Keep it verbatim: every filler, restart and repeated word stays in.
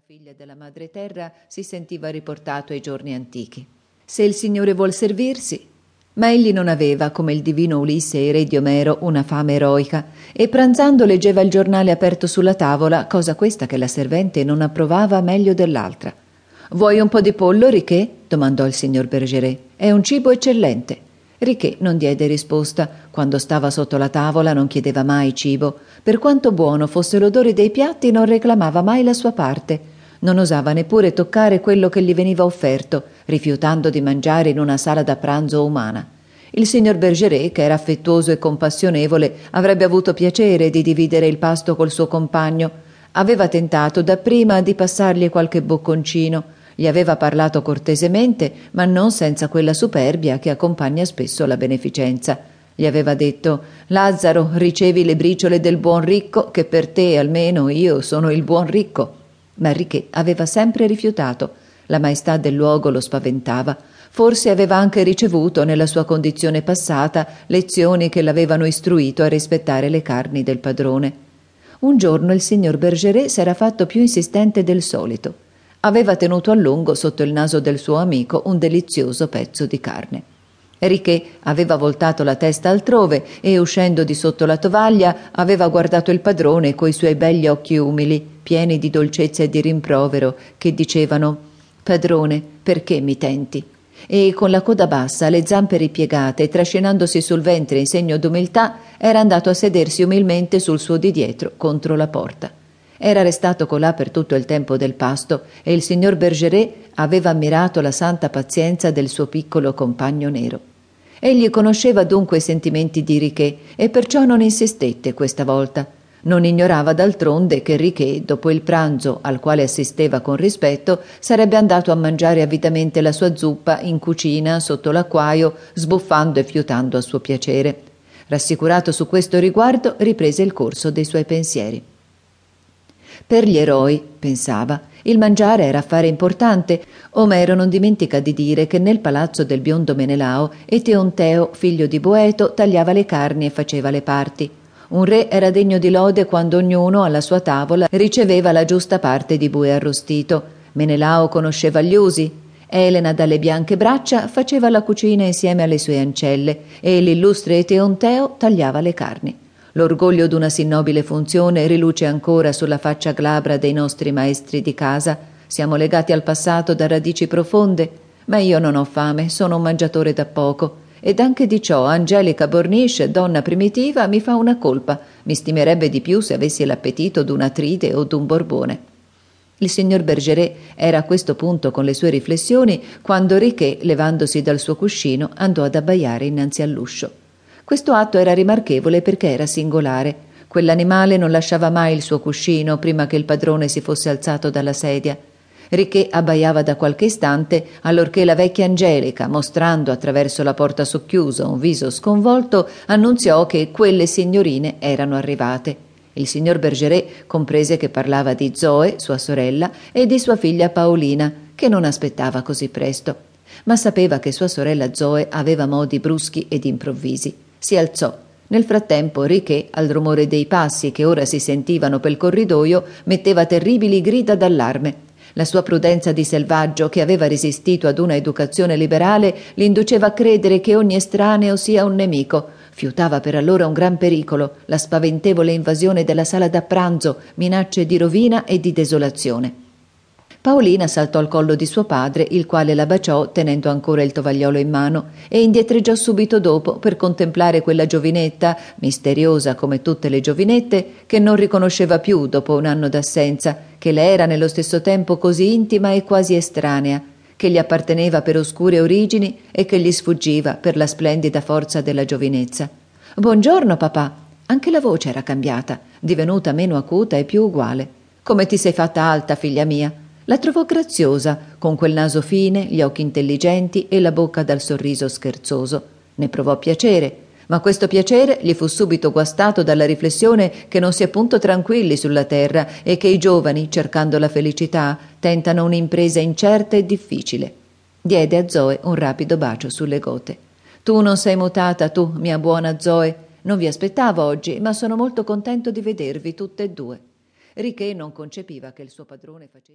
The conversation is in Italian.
figlia della madre terra si sentiva riportato ai giorni antichi. Se il Signore vuol servirsi... Ma egli non aveva, come il divino Ulisse e i re di Omero, una fame eroica, e pranzando leggeva il giornale aperto sulla tavola, cosa questa che la servente non approvava meglio dell'altra. «Vuoi un po' di pollo, Riquet?» domandò il signor Bergeret. «È un cibo eccellente». Riquet non diede risposta. Quando stava sotto la tavola non chiedeva mai cibo. Per quanto buono fosse l'odore dei piatti, non reclamava mai la sua parte. Non osava neppure toccare quello che gli veniva offerto, rifiutando di mangiare in una sala da pranzo umana. Il signor Bergeret, che era affettuoso e compassionevole, avrebbe avuto piacere di dividere il pasto col suo compagno. Aveva tentato dapprima di passargli qualche bocconcino, gli aveva parlato cortesemente, ma non senza quella superbia che accompagna spesso la beneficenza. Gli aveva detto: «Lazzaro, ricevi le briciole del buon ricco, che per te almeno io sono il buon ricco». Ma Riquet aveva sempre rifiutato. La maestà del luogo lo spaventava. Forse aveva anche ricevuto, nella sua condizione passata, lezioni che l'avevano istruito a rispettare le carni del padrone. Un giorno il signor Bergeret s'era fatto più insistente del solito. Aveva tenuto a lungo sotto il naso del suo amico un delizioso pezzo di carne. Riquet aveva voltato la testa altrove e, uscendo di sotto la tovaglia, aveva guardato il padrone coi suoi begli occhi umili, pieni di dolcezza e di rimprovero, che dicevano: «Padrone, perché mi tenti?» E con la coda bassa, le zampe ripiegate, trascinandosi sul ventre in segno d'umiltà, era andato a sedersi umilmente sul suo di dietro, contro la porta. Era restato colà per tutto il tempo del pasto e il signor Bergeret aveva ammirato la santa pazienza del suo piccolo compagno nero. Egli conosceva dunque i sentimenti di Riquet e perciò non insistette questa volta. Non ignorava d'altronde che Riquet, dopo il pranzo, al quale assisteva con rispetto, sarebbe andato a mangiare avidamente la sua zuppa in cucina sotto l'acquaio, sbuffando e fiutando a suo piacere. Rassicurato su questo riguardo, riprese il corso dei suoi pensieri. Per gli eroi, pensava, il mangiare era affare importante. Omero non dimentica di dire che nel palazzo del biondo Menelao Eteonteo, figlio di Boeto, tagliava le carni e faceva le parti. Un re era degno di lode quando ognuno alla sua tavola riceveva la giusta parte di bue arrostito. Menelao conosceva gli usi. Elena dalle bianche braccia faceva la cucina insieme alle sue ancelle e l'illustre Eteonteo tagliava le carni. L'orgoglio d'una sì nobile funzione riluce ancora sulla faccia glabra dei nostri maestri di casa. Siamo legati al passato da radici profonde, ma io non ho fame, sono un mangiatore da poco. Ed anche di ciò Angelica Borniche, donna primitiva, mi fa una colpa. Mi stimerebbe di più se avessi l'appetito d'un'Atride o d'un Borbone. Il signor Bergeret era a questo punto con le sue riflessioni quando Riquet, levandosi dal suo cuscino, andò ad abbaiare innanzi all'uscio. Questo atto era rimarchevole perché era singolare. Quell'animale non lasciava mai il suo cuscino prima che il padrone si fosse alzato dalla sedia. Riquet abbaiava da qualche istante, allorché la vecchia Angelica, mostrando attraverso la porta socchiusa un viso sconvolto, annunziò che quelle signorine erano arrivate. Il signor Bergeret comprese che parlava di Zoe, sua sorella, e di sua figlia Paolina, che non aspettava così presto. Ma sapeva che sua sorella Zoe aveva modi bruschi ed improvvisi. Si alzò. Nel frattempo Riquet, al rumore dei passi che ora si sentivano pel corridoio, metteva terribili grida d'allarme. La sua prudenza di selvaggio, che aveva resistito ad una educazione liberale, l'induceva a credere che ogni estraneo sia un nemico. Fiutava per allora un gran pericolo, la spaventevole invasione della sala da pranzo, minacce di rovina e di desolazione. Paolina saltò al collo di suo padre, il quale la baciò tenendo ancora il tovagliolo in mano, e indietreggiò subito dopo per contemplare quella giovinetta, misteriosa come tutte le giovinette, che non riconosceva più dopo un anno d'assenza, che le era nello stesso tempo così intima e quasi estranea, che gli apparteneva per oscure origini e che gli sfuggiva per la splendida forza della giovinezza. «Buongiorno, papà!» Anche la voce era cambiata, divenuta meno acuta e più uguale. «Come ti sei fatta alta, figlia mia?» La trovò graziosa, con quel naso fine, gli occhi intelligenti e la bocca dal sorriso scherzoso. Ne provò piacere, ma questo piacere gli fu subito guastato dalla riflessione che non si è punto tranquilli sulla terra e che i giovani, cercando la felicità, tentano un'impresa incerta e difficile. Diede a Zoe un rapido bacio sulle gote. «Tu non sei mutata, tu, mia buona Zoe. Non vi aspettavo oggi, ma sono molto contento di vedervi tutte e due». Riquet non concepiva che il suo padrone facesse